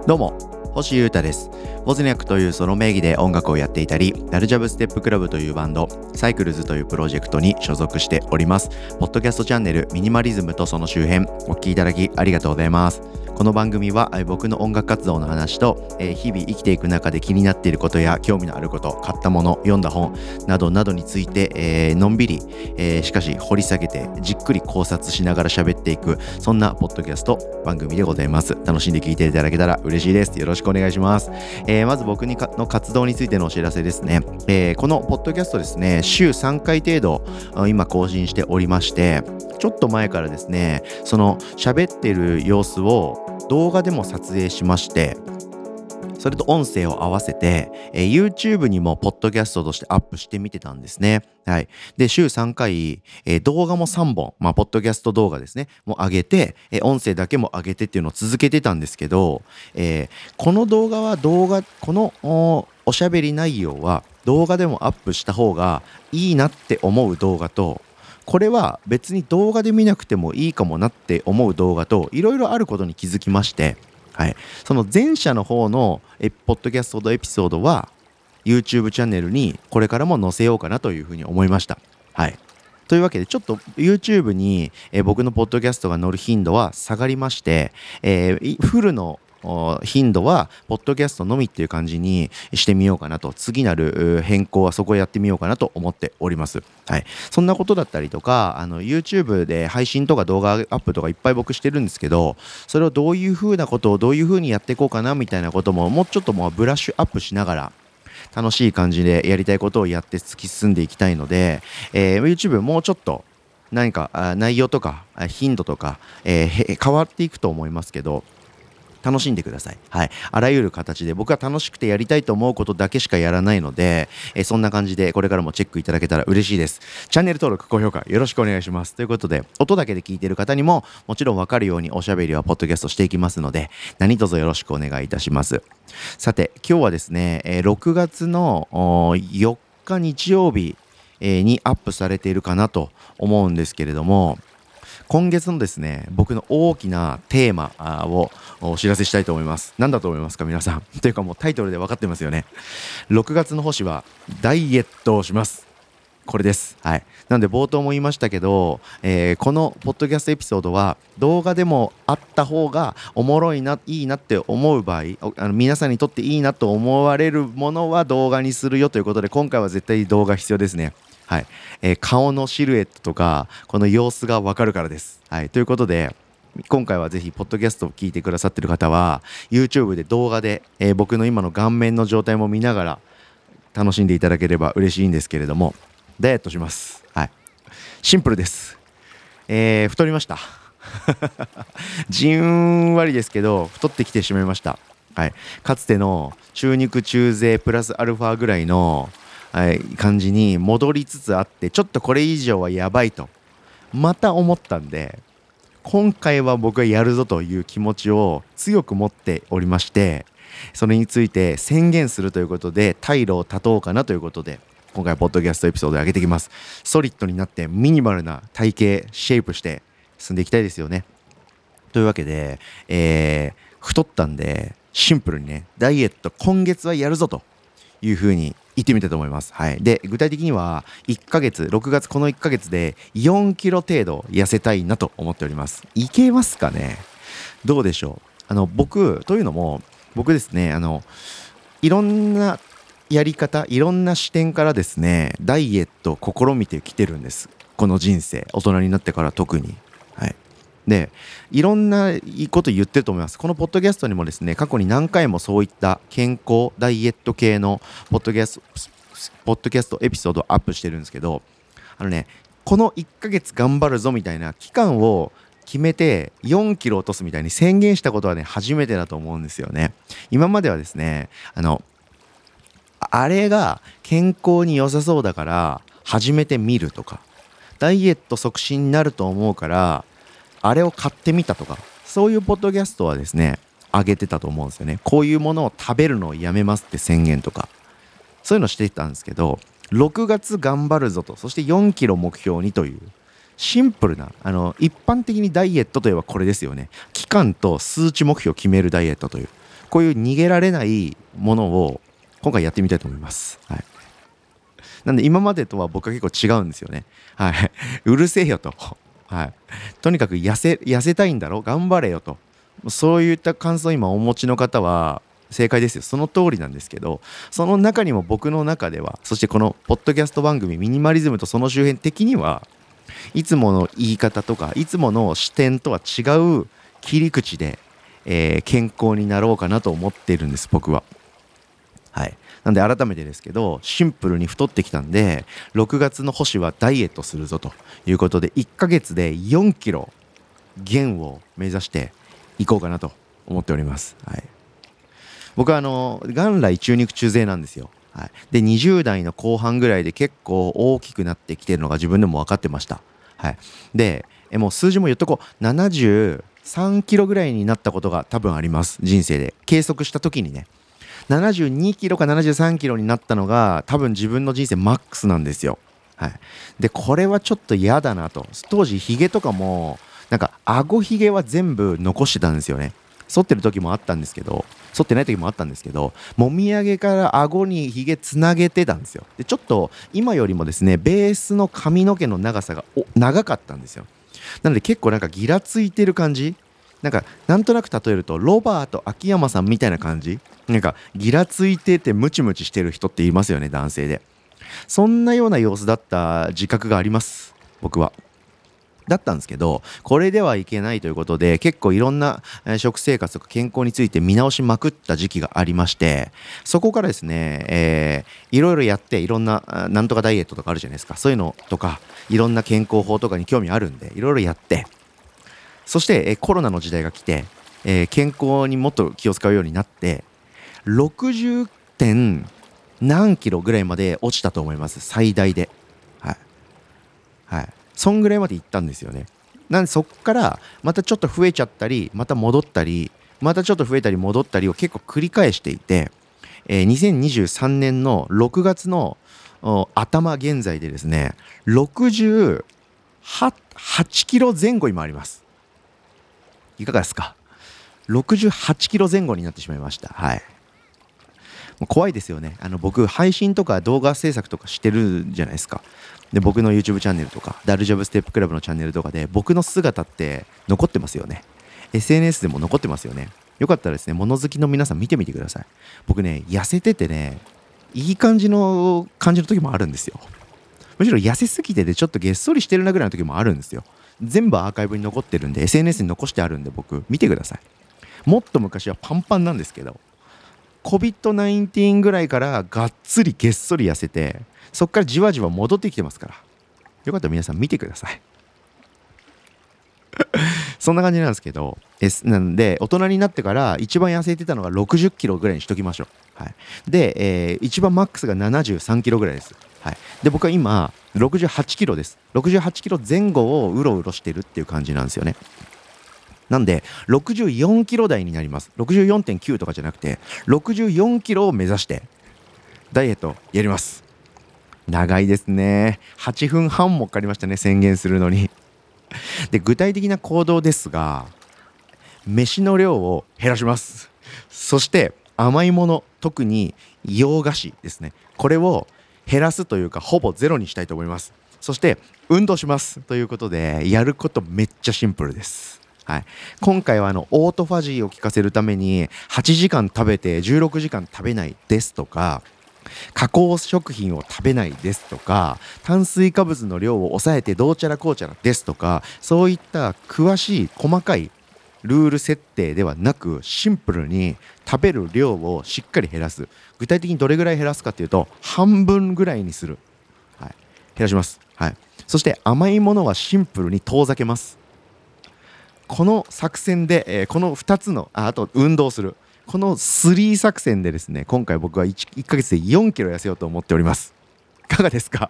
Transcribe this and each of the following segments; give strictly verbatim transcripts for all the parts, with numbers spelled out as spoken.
どうも、星優太です。ウォズニャックというソロ名義で音楽をやっていたり、ダルジャブステップクラブというバンド、サイクルズというプロジェクトに所属しております。ポッドキャストチャンネルミニマリズムとその周辺、お聞きいただきありがとうございます。この番組は僕の音楽活動の話と、えー、日々生きていく中で気になっていることや興味のあること、買ったもの、読んだ本などなどについて、えー、のんびり、えー、しかし掘り下げてじっくり考察しながら喋っていく、そんなポッドキャスト番組でございます。楽しんで聞いていただけたら嬉しいです。よろしくお願いします。えー、まず僕にかの活動についてのお知らせですね。えー、このポッドキャストですね、週さんかい程度今更新しておりまして、ちょっと前からですね、その喋っている様子を動画でも撮影しまして、それと音声を合わせて、えー、YouTube にもポッドキャストとしてアップしてみてたんですね。はい。で、週さんかい、えー、動画もさんぼん、まあ、ポッドキャスト動画ですね、も上げて、えー、音声だけも上げてっていうのを続けてたんですけど、えー、この動画は動画、この お, おしゃべり内容は動画でもアップした方がいいなって思う動画と、これは別に動画で見なくてもいいかもなって思う動画といろいろあることに気づきまして、はい、その前者の方のえポッドキャストのエピソードは YouTube チャンネルにこれからも載せようかなというふうに思いました。はい。というわけでちょっと YouTube にえ僕のポッドキャストが載る頻度は下がりまして、えー、フルの頻度はポッドキャストのみっていう感じにしてみようかなと、次なる変更はそこをやってみようかなと思っております。はい、そんなことだったりとか、あの YouTube で配信とか動画アップとかいっぱい僕してるんですけど、それをどういう風なことをどういう風にやっていこうかなみたいなことももうちょっともうブラッシュアップしながら楽しい感じでやりたいことをやって突き進んでいきたいので、えー、YouTube もうちょっと何か内容とか頻度とか、えー、変わっていくと思いますけど、楽しんでください。はい。あらゆる形で僕は楽しくてやりたいと思うことだけしかやらないので、えー、そんな感じでこれからもチェックいただけたら嬉しいです。チャンネル登録、高評価よろしくお願いします。ということで、音だけで聞いている方にももちろんわかるようにおしゃべりはポッドキャストしていきますので、何卒よろしくお願いいたします。さて、今日はですね、えー、ろくがつのよっか日曜日にアップされているかなと思うんですけれども、今月のですね、僕の大きなテーマをお知らせしたいと思います。何だと思いますか皆さん。というかもうタイトルで分かってますよね。ろくがつの星はダイエットをします。これです。はい。なので冒頭も言いましたけど、えー、このポッドキャストエピソードは動画でもあった方がおもろいな、いいなって思う場合、あの皆さんにとっていいなと思われるものは動画にするよということで、今回は絶対動画必要ですね。はい、えー、顔のシルエットとかこの様子がわかるからです。はい、ということで今回はぜひポッドキャストを聞いてくださっている方は YouTube で動画で、えー、僕の今の顔面の状態も見ながら楽しんでいただければ嬉しいんですけれども、ダイエットします。はい、シンプルです。えー、太りましたじんわりですけど太ってきてしまいました。はい、かつての中肉中背プラスアルファぐらいのはい、感じに戻りつつあって、ちょっとこれ以上はやばいとまた思ったんで、今回は僕はやるぞという気持ちを強く持っておりまして、それについて宣言するということで退路を断とうかなということで、今回ポッドキャストエピソードで上げていきます。ソリッドになってミニマルな体型シェイプして進んでいきたいですよね。というわけで、えー、太ったんでシンプルにね、ダイエット今月はやるぞというふうに言ってみたいと思います。はい。で、具体的にはいっかげつ、ろくがつこのいっかげつでよんキロ程度痩せたいなと思っております。いけますかね？どうでしょう？あの、僕、というのも、僕ですね、あの、いろんなやり方、いろんな視点からですね、ダイエットを試みてきてるんです。この人生、大人になってから特に。はい。で、いろんなこと言ってると思います。このポッドキャストにもですね、過去に何回もそういった健康ダイエット系のポッドキャストポッドキャストエピソードをアップしてるんですけど、あのね、このいっかげつ頑張るぞみたいな期間を決めてよんキロ落とすみたいに宣言したことはね、初めてだと思うんですよね。今まではですね、あのあれが健康に良さそうだから始めてみるとか、ダイエット促進になると思うからあれを買ってみたとか、そういうポッドキャストはですね上げてたと思うんですよね。こういうものを食べるのをやめますって宣言とか、そういうのしてたんですけど、ろくがつ頑張るぞと、そしてよんキロ目標にというシンプルな、あの一般的にダイエットといえばこれですよね。期間と数値目標を決めるダイエットという、 こういう逃げられないものを今回やってみたいと思います。はい。なんで今までとは僕は結構違うんですよね。はい。うるせえよと。はい。とにかく痩せ、痩せたいんだろ、頑張れよと。そういった感想を今お持ちの方は正解ですよ。その通りなんですけど、その中にも僕の中では、そしてこのポッドキャスト番組ミニマリズムとその周辺的にはいつもの言い方とかいつもの視点とは違う切り口で、えー健康になろうかなと思っているんです、僕は。はい。なんで改めてですけど、シンプルに太ってきたんで、ろくがつの星はダイエットするぞということで、いっかげつでよんキロ減を目指していこうかなと思っております。はい。僕はあの元来中肉中背なんですよ。はい。でにじゅう代の後半ぐらいで結構大きくなってきてるのが自分でも分かってました。はい。でえもう数字も言っとこう、ななじゅうさんキロぐらいになったことが多分あります、人生で計測した時にね。ななじゅうにキロかななじゅうさんキロになったのが多分自分の人生マックスなんですよ。はい。でこれはちょっと嫌だなと。当時ヒゲとかもなんか顎ひげは全部残してたんですよね。剃ってる時もあったんですけど、剃ってない時もあったんですけど、もみあげから顎にひげつなげてたんですよ。でちょっと今よりもですね、ベースの髪の毛の長さがお長かったんですよ。なので結構なんかギラついてる感じ、なんかなんとなく例えるとロバート秋山さんみたいな感じ、なんかギラついててムチムチしてる人っていますよね、男性で。そんなような様子だった自覚があります、僕は。だったんですけど、これではいけないということで結構いろんなえー食生活とか健康について見直しまくった時期がありまして、そこからですね、えーいろいろやって、いろんなあなんとかダイエットとかあるじゃないですか、そういうのとかいろんな健康法とかに興味あるんでいろいろやって、そして、えーコロナの時代が来て、えー健康にもっと気を使うようになって、ろくじゅう点何キロぐらいまで落ちたと思います、最大で。はいはい。そんぐらいまで行ったんですよね。なんでそっからまたちょっと増えちゃったり、また戻ったり、またちょっと増えたり戻ったりを結構繰り返していて、えーにせんにじゅうさんねんのろくがつのお頭現在でですね、ろくじゅうはちキロ前後に回ります。いかがですか？ ろくじゅうはち キロ前後になってしまいました。はい。もう怖いですよね。あの僕配信とか動画制作とかしてるじゃないですか。で僕の YouTube チャンネルとかダルジャブステップクラブのチャンネルとかで僕の姿って残ってますよね。 エスエヌエス でも残ってますよね。よかったらですね、物好きの皆さん見てみてください。僕ね、痩せててね、いい感じの感じの時もあるんですよ。むしろ痩せすぎててちょっとげっそりしてるなぐらいの時もあるんですよ。全部アーカイブに残ってるんで エスエヌエス に残してあるんで、僕見てください。もっと昔はパンパンなんですけど、 コビッドナインティーン ぐらいからがっつりげっそり痩せて、そっからじわじわ戻ってきてますから、よかったら皆さん見てください。そんな感じなんですけど、えなんで大人になってから一番痩せてたのがろくじゅっキロぐらいにしときましょう。はい。で、えー一番マックスがななじゅうさんキロぐらいです。はい。で僕は今ろくじゅうはちキロです。ろくじゅうはちキロ前後をうろうろしてるっていう感じなんですよね。なんでろくじゅうよんキロ台になります。ろくじゅうよんてんきゅうとかじゃなくてろくじゅうよんキロを目指してダイエットやります。長いですね。はっぷんはんもかかりましたね、宣言するのに。で具体的な行動ですが、飯の量を減らします。そして甘いもの、特に洋菓子ですね、これを減らすというかほぼゼロにしたいと思います。そして運動しますということで、やることめっちゃシンプルです。はい、今回はあのオートファジーを効かせるためにはちじかん食べてじゅうろくじかん食べないですとか、加工食品を食べないですとか、炭水化物の量を抑えてどうちゃらこうちゃらですとか、そういった詳しい細かいルール設定ではなく、シンプルに食べる量をしっかり減らす。具体的にどれぐらい減らすかというと半分ぐらいにする。はい、減らします。はい、そして甘いものはシンプルに遠ざけます。この作戦で、えーこのふたつの あ, あと運動する、このスリー作戦でですね、今回僕は 1, いっかげつでよんキロ痩せようと思っております。いかがですか？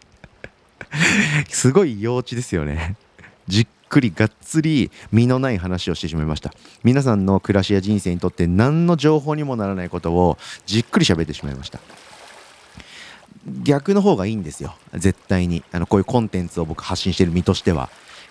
すごい幼稚ですよね。じっくりがっつり身のない話をしてしまいました。皆さんの暮らしや人生にとって何の情報にもならないことをじっくり喋ってしまいました。逆の方がいいんですよ、絶対に。あのこういうコンテンツを僕発信している身としては、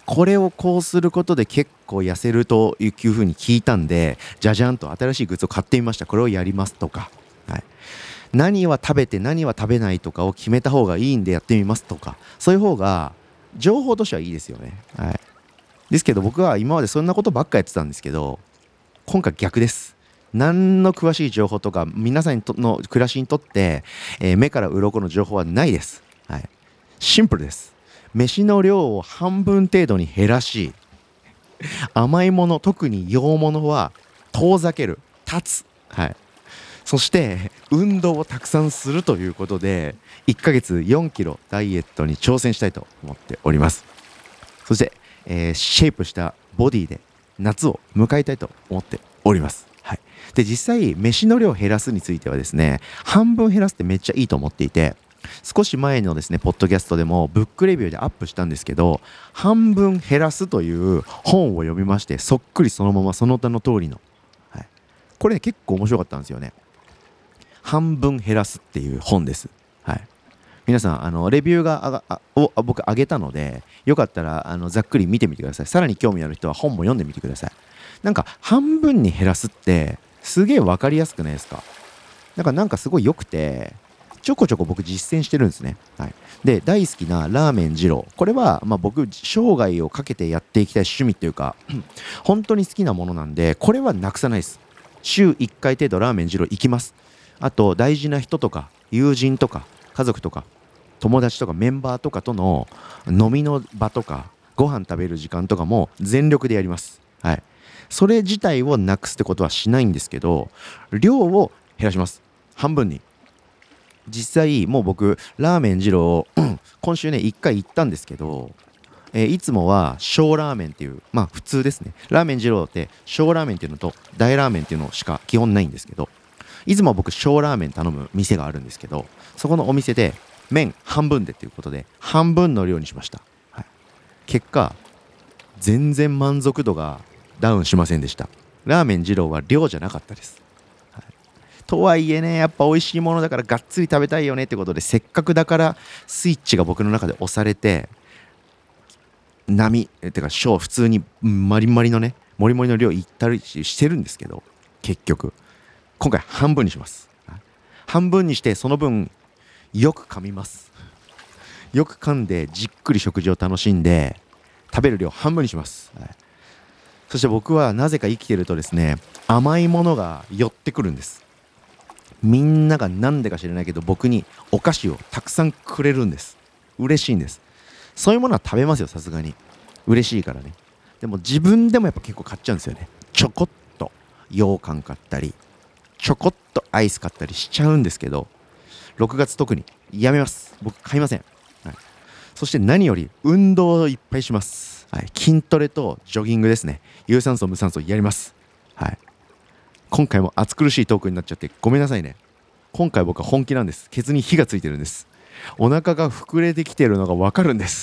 これをこうすることで結構痩せるというふうに聞いたんで、じゃじゃんと新しいグッズを買ってみました。これをやりますとか、はい、何は食べて何は食べないとかを決めた方がいいんでやってみますとか、そういう方が情報としてはいいですよね。はい、ですけど僕は今までそんなことばっかやってたんですけど、今回逆です。何の詳しい情報とか皆さんの暮らしにとって、えー目から鱗の情報はないです。はい、シンプルです。飯の量を半分程度に減らし、甘いもの、特に洋物は遠ざける、断つ。はい。そして運動をたくさんするということで、いっかげつよんキロダイエットに挑戦したいと思っております。そして、えーシェイプしたボディで夏を迎えたいと思っております。はい。で、実際飯の量を減らすについてはですね、半分減らすってめっちゃいいと思っていて、少し前のですねポッドキャストでもブックレビューでアップしたんですけど、半分減らすという本を読みまして、そっくりそのままその他の通りの、はい、これね結構面白かったんですよね。半分減らすっていう本です。はい、皆さんあのレビューがあがあをあ僕上げたので、よかったらあのざっくり見てみてください。さらに興味ある人は本も読んでみてください。なんか半分に減らすってすげえ分かりやすくないですか。だからなんかすごい良くて、ちょこちょこ僕実践してるんですね。はい、で大好きなラーメン二郎、これはまあ僕生涯をかけてやっていきたい趣味というか本当に好きなものなんで、これはなくさないです。週いっかい程度ラーメン二郎行きます。あと大事な人とか友人とか家族とか友達とかメンバーとかとの飲みの場とかご飯食べる時間とかも全力でやります。はい、それ自体をなくすってことはしないんですけど、量を減らします。半分に。実際もう僕ラーメン二郎今週ねいっかい行ったんですけど、えーいつもは小ラーメンっていう、まあ普通ですね、ラーメン二郎って小ラーメンっていうのと大ラーメンっていうのしか基本ないんですけど、いつも僕小ラーメン頼む店があるんですけど、そこのお店で麺半分でっていうことで半分の量にしました。はい、結果全然満足度がダウンしませんでした。ラーメン二郎は量じゃなかったです。はい、とはいえね、やっぱ美味しいものだからがっつり食べたいよねってことで、せっかくだからスイッチが僕の中で押されて、波えてか小普通にマリマリのねモリモリの量いったりしてるんですけど、結局今回半分にします。はい、半分にしてその分よく噛みます。よく噛んでじっくり食事を楽しんで食べる量半分にします。はい、そして僕はなぜか生きてるとですね、甘いものが寄ってくるんです。みんながなんでか知らないけど僕にお菓子をたくさんくれるんです。嬉しいんです。そういうものは食べますよ、さすがに。嬉しいからね。でも自分でもやっぱ結構買っちゃうんですよね。ちょこっと羊羹買ったり、ちょこっとアイス買ったりしちゃうんですけど、ろくがつ特にやめます。僕買いません。はい、そして何より運動をいっぱいします。はい、筋トレとジョギングですね。有酸素無酸素やります。はい、今回も暑苦しいトークになっちゃってごめんなさいね。今回僕は本気なんです。ケツに火がついてるんです。お腹が膨れてきてるのがわかるんです。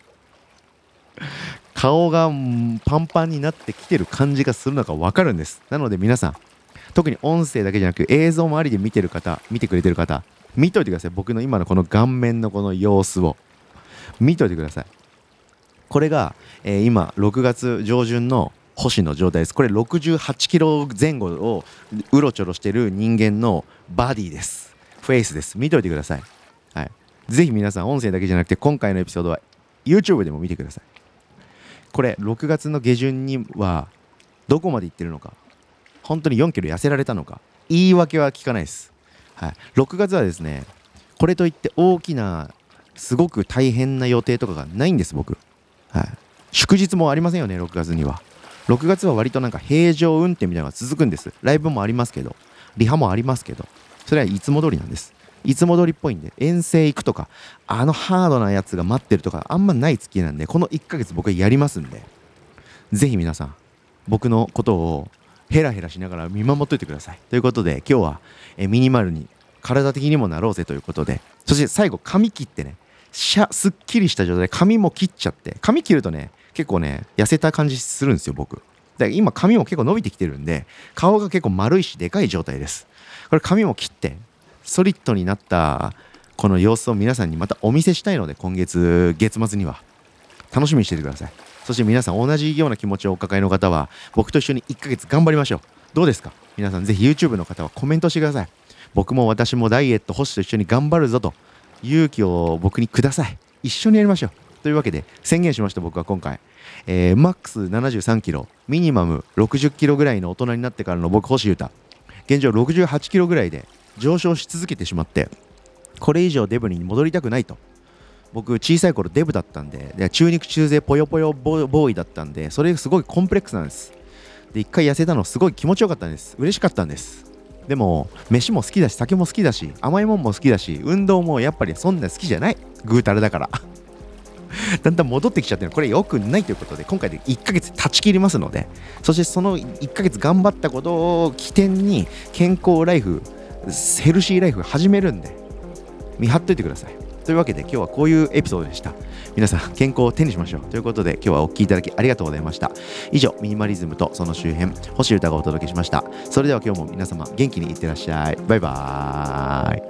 顔がんパンパンになってきてる感じがするのがわかるんです。なので皆さん、特に音声だけじゃなく映像もありで見てる方、見てくれてる方、見といてください。僕の今のこの顔面のこの様子を見といてください。これが、えー今ろくがつ上旬の星の状態です。これろくじゅうはちキロ前後をうろちょろしてる人間のバディです。フェイスです。見といてください。はい、ぜひ皆さん音声だけじゃなくて今回のエピソードは YouTube でも見てください。これろくがつの下旬にはどこまでいってるのか、本当によんキロ痩せられたのか、言い訳は聞かないです。はい、ろくがつはですね、これといって大きなすごく大変な予定とかがないんです僕。はい、祝日もありませんよね。ろくがつにはろくがつは割となんか平常運転みたいなのが続くんです。ライブもありますけど、リハもありますけど、それはいつも通りなんです。いつも通りっぽいんで、遠征行くとかあのハードなやつが待ってるとかあんまない月なんで、このいっかげつ僕はやりますんで、ぜひ皆さん僕のことをヘラヘラしながら見守っといてください。ということで今日はえミニマルに体的にもなろうぜということで、そして最後髪切ってね、シャすっきりした状態で髪も切っちゃって、髪切るとね結構ね痩せた感じするんですよ僕。で今髪も結構伸びてきてるんで、顔が結構丸いしでかい状態です。これ髪も切ってソリッドになったこの様子を皆さんにまたお見せしたいので、今月月末には楽しみにしててください。そして皆さん同じような気持ちをお抱えの方は僕と一緒にいっかげつ頑張りましょう。どうですか？皆さんぜひ YouTube の方はコメントしてください。僕も私もダイエット星と一緒に頑張るぞと勇気を僕にください。一緒にやりましょうというわけで宣言しました。僕は今回、えー、マックスななじゅうさんキロミニマムろくじゅっキロぐらいの大人になってからの僕星優太、現状ろくじゅうはちキロぐらいで上昇し続けてしまって、これ以上デブに戻りたくないと。僕小さい頃デブだったんで、で中肉中背ぽよぽよボーイだったんで、それすごいコンプレックスなんです。で一回痩せたのすごい気持ちよかったんです。嬉しかったんです。でも飯も好きだし酒も好きだし甘いもんも好きだし運動もやっぱりそんな好きじゃない、ぐうたらだからだんだん戻ってきちゃってる。これ良くないということで今回でいっかげつ断ち切りますので、そしてそのいっかげつ頑張ったことを起点に健康ライフヘルシーライフ始めるんで見張っといてください。というわけで今日はこういうエピソードでした。皆さん健康を手にしましょうということで今日はお聞きいただきありがとうございました。以上ミニマリズムとその周辺星優太がお届けしました。それでは今日も皆様元気にいってらっしゃい。バイバーイ。